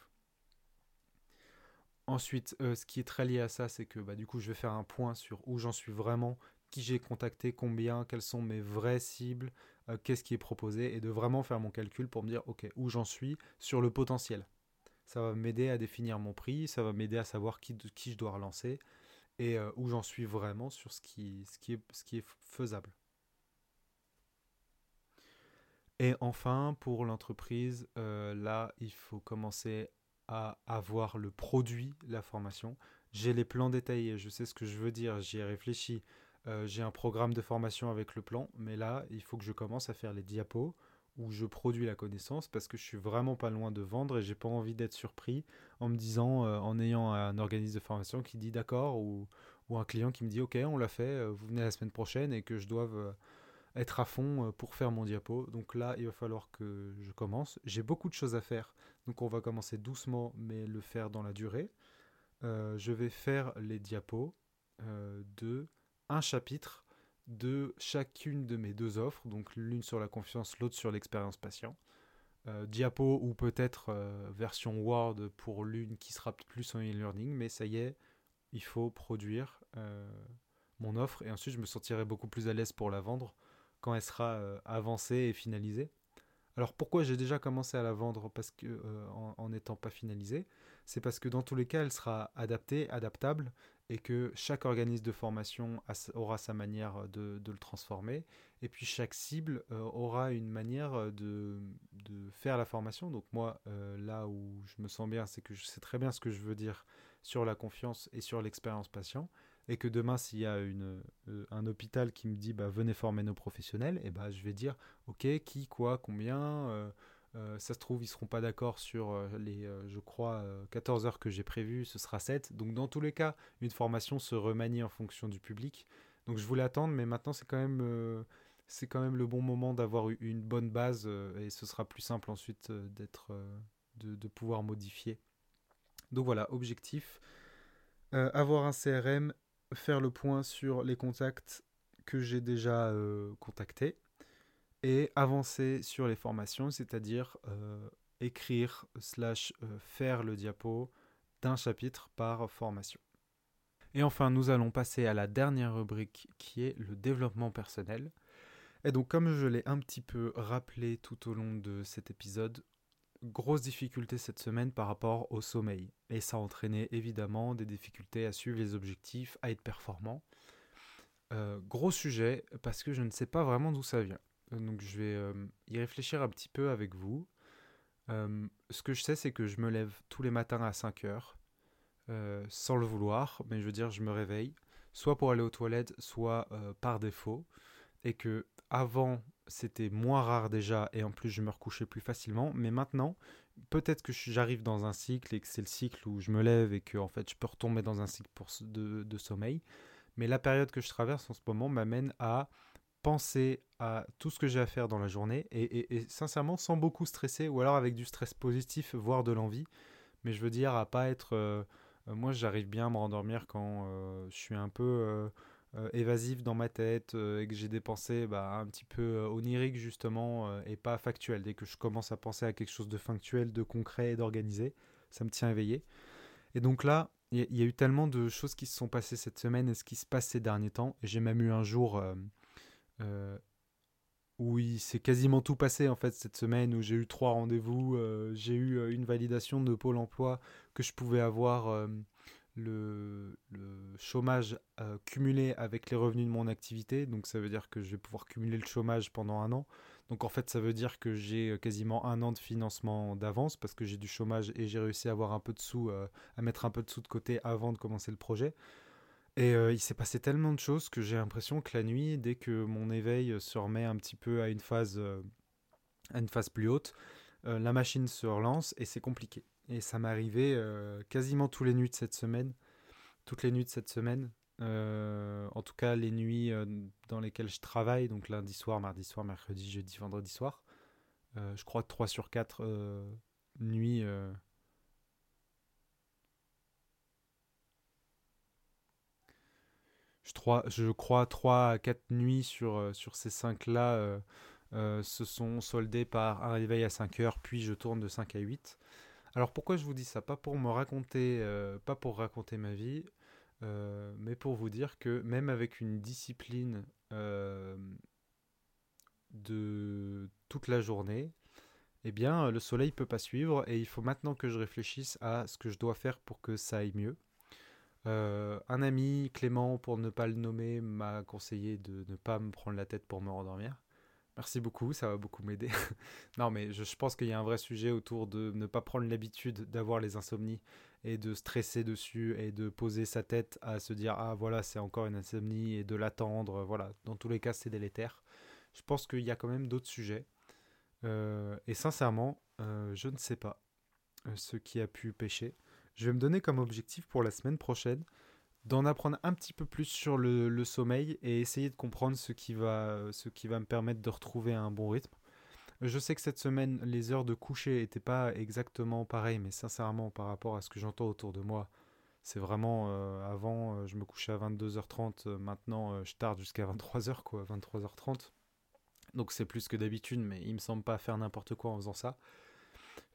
Ensuite, ce qui est très lié à ça, c'est que du coup, je vais faire un point sur où j'en suis vraiment, qui j'ai contacté, combien, quelles sont mes vraies cibles, qu'est-ce qui est proposé, et de vraiment faire mon calcul pour me dire, ok, où j'en suis sur le potentiel. Ça va m'aider à définir mon prix, ça va m'aider à savoir qui je dois relancer, et où j'en suis vraiment sur ce qui est faisable. Et enfin, pour l'entreprise, là, il faut commencer à avoir le produit, la formation. J'ai les plans détaillés, je sais ce que je veux dire, j'y ai réfléchi. J'ai un programme de formation avec le plan, mais là, il faut que je commence à faire les diapos où je produis la connaissance parce que je suis vraiment pas loin de vendre et j'ai pas envie d'être surpris en me disant, en ayant un organisme de formation qui dit d'accord ou un client qui me dit ok, on l'a fait, vous venez la semaine prochaine et que je doive être à fond pour faire mon diapo. Donc là, il va falloir que je commence. J'ai beaucoup de choses à faire, donc on va commencer doucement, mais le faire dans la durée. Je vais faire les diapos de un chapitre de chacune de mes deux offres, donc l'une sur la confiance, l'autre sur l'expérience patient. Diapo ou peut-être version Word pour l'une qui sera plus en e-learning, mais ça y est, il faut produire mon offre et ensuite je me sentirai beaucoup plus à l'aise pour la vendre quand elle sera avancée et finalisée. Alors pourquoi j'ai déjà commencé à la vendre parce que, en n'étant pas finalisée? C'est parce que dans tous les cas, elle sera adaptée, adaptable, et que chaque organisme de formation aura sa manière de le transformer, et puis chaque cible aura une manière de faire la formation. Donc moi, là où je me sens bien, c'est que je sais très bien ce que je veux dire sur la confiance et sur l'expérience patient, et que demain, s'il y a un hôpital qui me dit bah, venez former nos professionnels, et bah, je vais dire ok, qui, quoi, combien. Ça se trouve, ils seront pas d'accord sur les, je crois, 14 heures que j'ai prévues, ce sera 7. Donc dans tous les cas, une formation se remanie en fonction du public. Donc je voulais attendre, mais maintenant c'est quand même le bon moment d'avoir une bonne base et ce sera plus simple ensuite de pouvoir modifier. Donc voilà, objectif, avoir un CRM, faire le point sur les contacts que j'ai déjà contactés et avancer sur les formations, c'est-à-dire écrire slash faire le diapo d'un chapitre par formation. Et enfin, nous allons passer à la dernière rubrique qui est le développement personnel. Et donc, comme je l'ai un petit peu rappelé tout au long de cet épisode, grosse difficulté cette semaine par rapport au sommeil. Et ça a entraîné évidemment des difficultés à suivre les objectifs, à être performant. Gros sujet, parce que je ne sais pas vraiment d'où ça vient. Donc je vais y réfléchir un petit peu avec vous. Ce que je sais, c'est que je me lève tous les matins à 5 heures, sans le vouloir, mais je veux dire, je me réveille, soit pour aller aux toilettes, soit par défaut, et que avant c'était moins rare déjà, et en plus je me recouchais plus facilement, mais maintenant, peut-être que j'arrive dans un cycle, et que c'est le cycle où je me lève, et que en fait je peux retomber dans un cycle de sommeil, mais la période que je traverse en ce moment m'amène à penser à tout ce que j'ai à faire dans la journée et sincèrement sans beaucoup stresser ou alors avec du stress positif voire de l'envie, mais je veux dire à pas être moi j'arrive bien à me rendormir quand je suis un peu évasif dans ma tête et que j'ai des pensées bah, un petit peu oniriques justement et pas factuelles. Dès que je commence à penser à quelque chose de factuel, de concret et d'organisé, ça me tient éveillé. Et donc là il y a eu tellement de choses qui se sont passées cette semaine et ce qui se passe ces derniers temps, et j'ai même eu un jour euh, où il s'est quasiment tout passé en fait cette semaine, où j'ai eu 3 rendez-vous, j'ai eu une validation de Pôle Emploi que je pouvais avoir le chômage cumulé avec les revenus de mon activité, donc ça veut dire que je vais pouvoir cumuler le chômage pendant un an. Donc en fait ça veut dire que j'ai quasiment un an de financement d'avance parce que j'ai du chômage et j'ai réussi à avoir un peu de sous, à mettre un peu de sous de côté avant de commencer le projet. Et il s'est passé tellement de choses que j'ai l'impression que la nuit, dès que mon éveil se remet un petit peu à une phase plus haute, la machine se relance et c'est compliqué. Et ça m'est arrivé quasiment tous les nuits de cette semaine, toutes les nuits de cette semaine. En tout cas, les nuits dans lesquelles je travaille, donc lundi soir, mardi soir, mercredi, jeudi, vendredi soir. Je crois que 3 sur 4 nuits. Je crois 3 à 4 nuits sur ces 5 là se sont soldées par un réveil à 5 heures, puis je tourne de 5 à 8. Alors pourquoi je vous dis ça? Pas pour me raconter, pas pour raconter ma vie, mais pour vous dire que même avec une discipline de toute la journée, eh bien le soleil peut pas suivre et il faut maintenant que je réfléchisse à ce que je dois faire pour que ça aille mieux. Un ami, Clément, pour ne pas le nommer, m'a conseillé de ne pas me prendre la tête pour me rendormir. Merci beaucoup, ça va beaucoup m'aider. Non, mais je pense qu'il y a un vrai sujet autour de ne pas prendre l'habitude d'avoir les insomnies et de stresser dessus et de poser sa tête à se dire ah voilà c'est encore une insomnie et de l'attendre. Voilà, dans tous les cas c'est délétère. Je pense qu'il y a quand même d'autres sujets. Et sincèrement, je ne sais pas ce qui a pu pêcher. Je vais me donner comme objectif pour la semaine prochaine d'en apprendre un petit peu plus sur le sommeil et essayer de comprendre ce qui va me permettre de retrouver un bon rythme. Je sais que cette semaine, les heures de coucher n'étaient pas exactement pareilles, mais sincèrement, par rapport à ce que j'entends autour de moi, c'est vraiment avant, je me couchais à 22h30, maintenant je tarde jusqu'à 23h, quoi, 23h30. Donc c'est plus que d'habitude, mais il me semble pas faire n'importe quoi en faisant ça.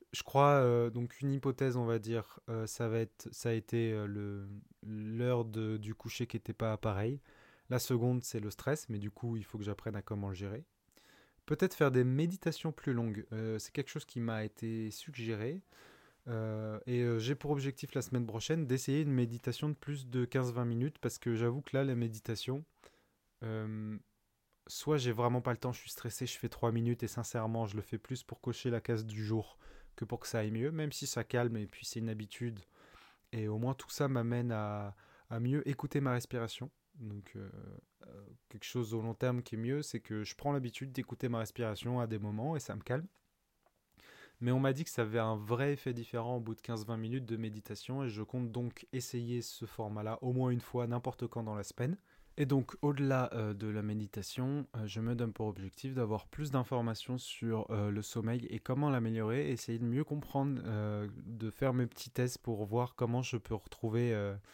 Je crois, donc une hypothèse, on va dire, ça a été l'heure du coucher qui n'était pas pareil. La seconde, c'est le stress, mais du coup, il faut que j'apprenne à comment le gérer. Peut-être faire des méditations plus longues. C'est quelque chose qui m'a été suggéré. J'ai pour objectif la semaine prochaine d'essayer une méditation de plus de 15-20 minutes parce que j'avoue que là, la méditation, euh, soit j'ai vraiment pas le temps, je suis stressé, je fais 3 minutes et sincèrement, je le fais plus pour cocher la case du jour que pour que ça aille mieux, même si ça calme et puis c'est une habitude. Et au moins tout ça m'amène à mieux écouter ma respiration. Donc quelque chose au long terme qui est mieux, c'est que je prends l'habitude d'écouter ma respiration à des moments et ça me calme. Mais on m'a dit que ça avait un vrai effet différent au bout de 15-20 minutes de méditation et je compte donc essayer ce format-là au moins une fois, n'importe quand dans la semaine. Et donc, au-delà de la méditation, je me donne pour objectif d'avoir plus d'informations sur le sommeil et comment l'améliorer, essayer de mieux comprendre, de faire mes petits tests pour voir comment je peux retrouver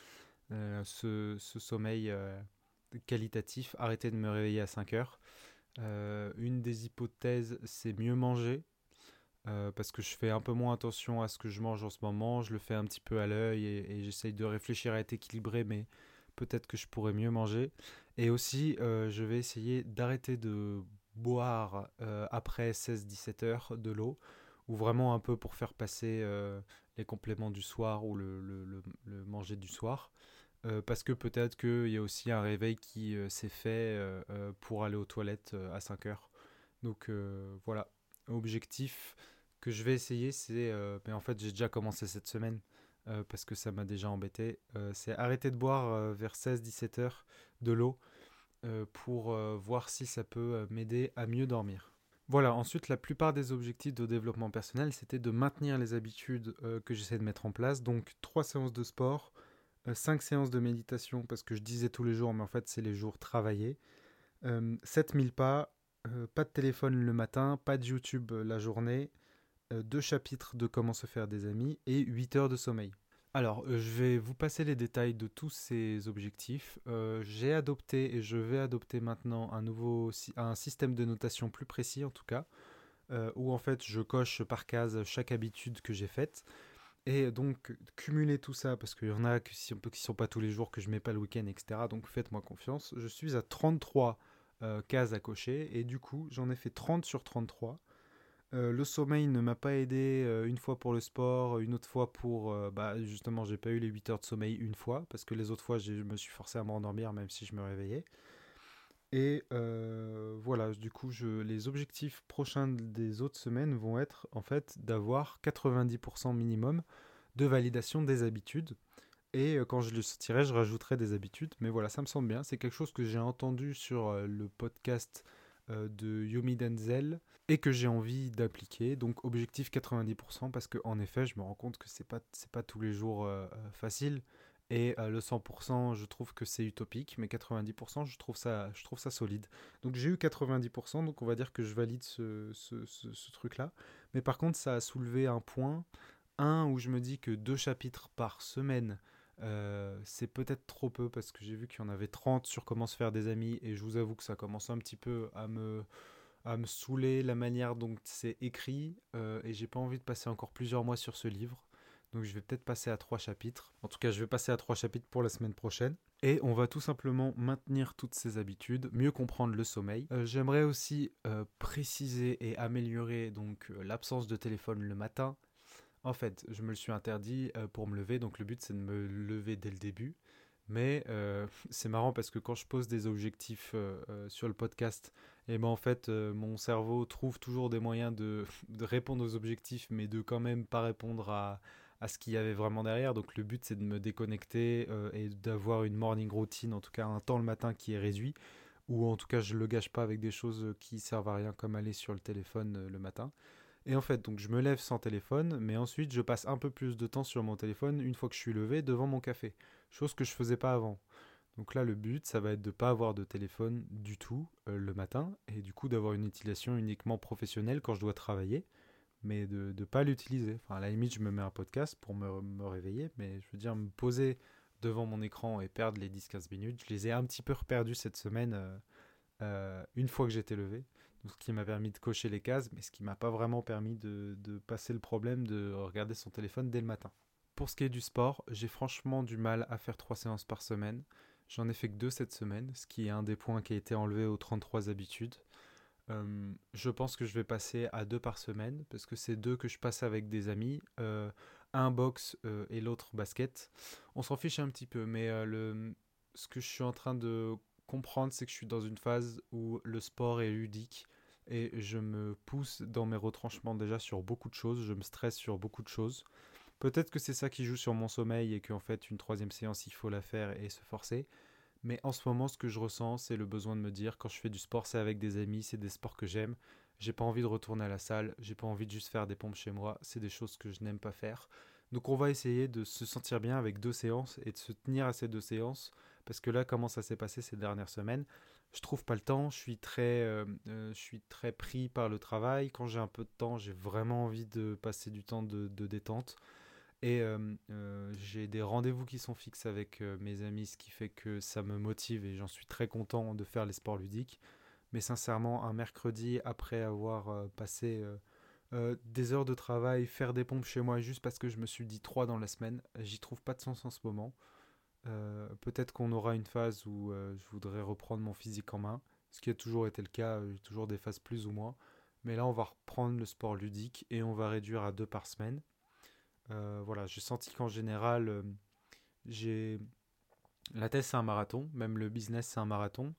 ce sommeil qualitatif, arrêter de me réveiller à 5 heures. Une des hypothèses, c'est mieux manger, parce que je fais un peu moins attention à ce que je mange en ce moment, je le fais un petit peu à l'œil et j'essaye de réfléchir à être équilibré, mais peut-être que je pourrais mieux manger. Et aussi, je vais essayer d'arrêter de boire après 16-17 heures de l'eau, ou vraiment un peu pour faire passer les compléments du soir ou le manger du soir. Parce que peut-être qu'il y a aussi un réveil qui s'est fait pour aller aux toilettes à 5 heures. Donc voilà, objectif que je vais essayer, mais en fait j'ai déjà commencé cette semaine, parce que ça m'a déjà embêté, c'est arrêter de boire vers 16-17 heures de l'eau pour voir si ça peut m'aider à mieux dormir. Voilà, ensuite la plupart des objectifs de développement personnel, c'était de maintenir les habitudes que j'essaie de mettre en place, donc 3 séances de sport, 5 séances de méditation, parce que je disais tous les jours, mais en fait c'est les jours travaillés, 7000 pas, pas de téléphone le matin, pas de YouTube la journée, 2 chapitres de comment se faire des amis et 8 heures de sommeil. Alors, je vais vous passer les détails de tous ces objectifs. J'ai adopté et je vais adopter maintenant un système de notation plus précis en tout cas, où en fait je coche par case chaque habitude que j'ai faite. Et donc, cumuler tout ça, parce qu'il y en a qui sont pas tous les jours, que je mets pas le week-end, etc. Donc, faites-moi confiance. Je suis à 33 cases à cocher, et du coup, j'en ai fait 30 sur 33. Le sommeil ne m'a pas aidé une fois pour le sport, une autre fois pour... justement, j'ai pas eu les 8 heures de sommeil une fois, parce que les autres fois, je me suis forcé à me rendormir, même si je me réveillais. Et voilà, du coup, les objectifs prochains des autres semaines vont être, en fait, d'avoir 90% minimum de validation des habitudes. Et quand je le sortirai, je rajouterai des habitudes. Mais voilà, ça me semble bien. C'est quelque chose que j'ai entendu sur le podcast de Yomi Denzel et que j'ai envie d'appliquer. Donc objectif 90% parce qu'en effet, je me rends compte que c'est pas tous les jours facile. Et le 100%, je trouve que c'est utopique, mais 90%, je trouve ça solide. Donc j'ai eu 90%, donc on va dire que je valide ce truc-là. Mais par contre, ça a soulevé un point, où je me dis que 2 chapitres par semaine, c'est peut-être trop peu parce que j'ai vu qu'il y en avait 30 sur comment se faire des amis et je vous avoue que ça commence un petit peu à me saouler la manière dont c'est écrit, et j'ai pas envie de passer encore plusieurs mois sur ce livre. Donc je vais peut-être passer à 3 chapitres. En tout cas, je vais passer à 3 chapitres pour la semaine prochaine. Et on va tout simplement maintenir toutes ces habitudes, mieux comprendre le sommeil. J'aimerais aussi préciser et améliorer donc l'absence de téléphone le matin. En fait, je me le suis interdit pour me lever, donc le but c'est de me lever dès le début. Mais c'est marrant parce que quand je pose des objectifs sur le podcast, et ben en fait mon cerveau trouve toujours des moyens de répondre aux objectifs, mais de quand même pas répondre à ce qu'il y avait vraiment derrière. Donc le but c'est de me déconnecter et d'avoir une morning routine, en tout cas un temps le matin qui est réduit, ou en tout cas je le gâche pas avec des choses qui servent à rien comme aller sur le téléphone le matin. Et en fait, donc je me lève sans téléphone, mais ensuite je passe un peu plus de temps sur mon téléphone une fois que je suis levé devant mon café, chose que je faisais pas avant. Donc là, le but, ça va être de ne pas avoir de téléphone du tout le matin, et du coup d'avoir une utilisation uniquement professionnelle quand je dois travailler, mais de ne pas l'utiliser. Enfin, à la limite, je me mets un podcast pour me réveiller, mais je veux dire, me poser devant mon écran et perdre les 10-15 minutes, je les ai un petit peu reperdus cette semaine une fois que j'étais levé. ce qui m'a permis de cocher les cases, mais ce qui m'a pas vraiment permis de passer le problème de regarder son téléphone dès le matin. Pour ce qui est du sport, j'ai franchement du mal à faire 3 séances par semaine. J'en ai fait que 2 cette semaine, ce qui est un des points qui a été enlevé aux 33 habitudes. Je pense que je vais passer à 2 par semaine, parce que c'est 2 que je passe avec des amis. Un boxe et l'autre basket. On s'en fiche un petit peu, mais ce que je suis en train de comprendre, c'est que je suis dans une phase où le sport est ludique et je me pousse dans mes retranchements déjà sur beaucoup de choses, je me stresse sur beaucoup de choses. Peut-être que c'est ça qui joue sur mon sommeil et qu'en fait une troisième séance il faut la faire et se forcer. Mais en ce moment, ce que je ressens, c'est le besoin de me dire, quand je fais du sport, c'est avec des amis, c'est des sports que j'aime. J'ai pas envie de retourner à la salle, j'ai pas envie de juste faire des pompes chez moi, c'est des choses que je n'aime pas faire. Donc on va essayer de se sentir bien avec 2 séances et de se tenir à ces 2 séances. Parce que là, comment ça s'est passé ces dernières semaines, je trouve pas le temps, je suis très pris par le travail. Quand j'ai un peu de temps, j'ai vraiment envie de passer du temps de détente. Et j'ai des rendez-vous qui sont fixes avec mes amis, ce qui fait que ça me motive et j'en suis très content de faire les sports ludiques. Mais sincèrement, un mercredi, après avoir passé des heures de travail, faire des pompes chez moi juste parce que je me suis dit 3 dans la semaine, j'y trouve pas de sens en ce moment. Peut-être qu'on aura une phase où je voudrais reprendre mon physique en main, ce qui a toujours été le cas, j'ai toujours des phases plus ou moins. Mais là, on va reprendre le sport ludique et on va réduire à 2 par semaine. Voilà, j'ai senti qu'en général, j'ai la thèse c'est un marathon, même le business c'est un marathon.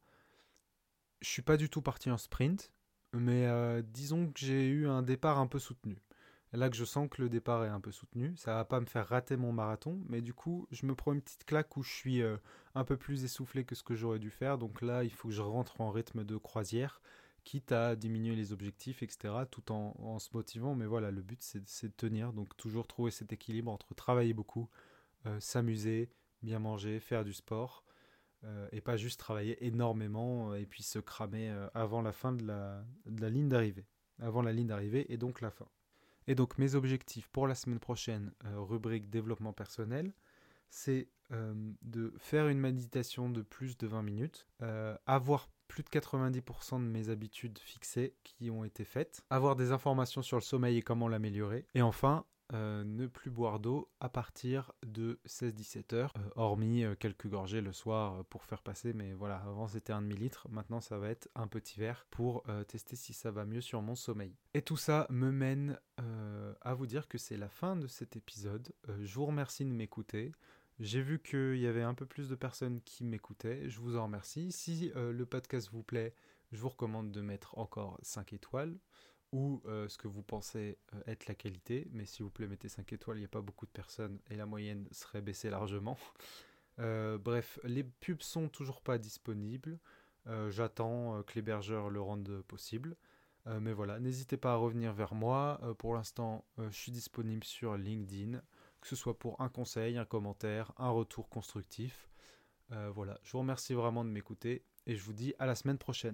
Je suis pas du tout parti en sprint, mais disons que j'ai eu un départ un peu soutenu. Là que je sens que le départ est un peu soutenu, ça va pas me faire rater mon marathon, mais du coup je me prends une petite claque où je suis un peu plus essoufflé que ce que j'aurais dû faire. Donc là il faut que je rentre en rythme de croisière, quitte à diminuer les objectifs, etc. Tout en se motivant. Mais voilà, le but c'est de tenir, donc toujours trouver cet équilibre entre travailler beaucoup, s'amuser, bien manger, faire du sport et pas juste travailler énormément et puis se cramer avant la fin de la ligne d'arrivée. Avant la ligne d'arrivée et donc la fin. Et donc mes objectifs pour la semaine prochaine, rubrique développement personnel, c'est de faire une méditation de plus de 20 minutes, avoir plus de 90% de mes habitudes fixées qui ont été faites, avoir des informations sur le sommeil et comment l'améliorer, et enfin ne plus boire d'eau à partir de 16-17 heures, hormis quelques gorgées le soir pour faire passer, mais voilà, avant c'était un demi-litre, maintenant ça va être un petit verre pour tester si ça va mieux sur mon sommeil. Et tout ça me mène à vous dire que c'est la fin de cet épisode. Je vous remercie de m'écouter. J'ai vu qu'il y avait un peu plus de personnes qui m'écoutaient, je vous en remercie. Si le podcast vous plaît, je vous recommande de mettre encore 5 étoiles ou ce que vous pensez être la qualité. Mais s'il vous plaît, mettez 5 étoiles, il n'y a pas beaucoup de personnes et la moyenne serait baissée largement. Bref, les pubs sont toujours pas disponibles. J'attends que l'hébergeur le rende possible. Mais voilà, n'hésitez pas à revenir vers moi. Pour l'instant, je suis disponible sur LinkedIn, que ce soit pour un conseil, un commentaire, un retour constructif. Voilà, je vous remercie vraiment de m'écouter et je vous dis à la semaine prochaine.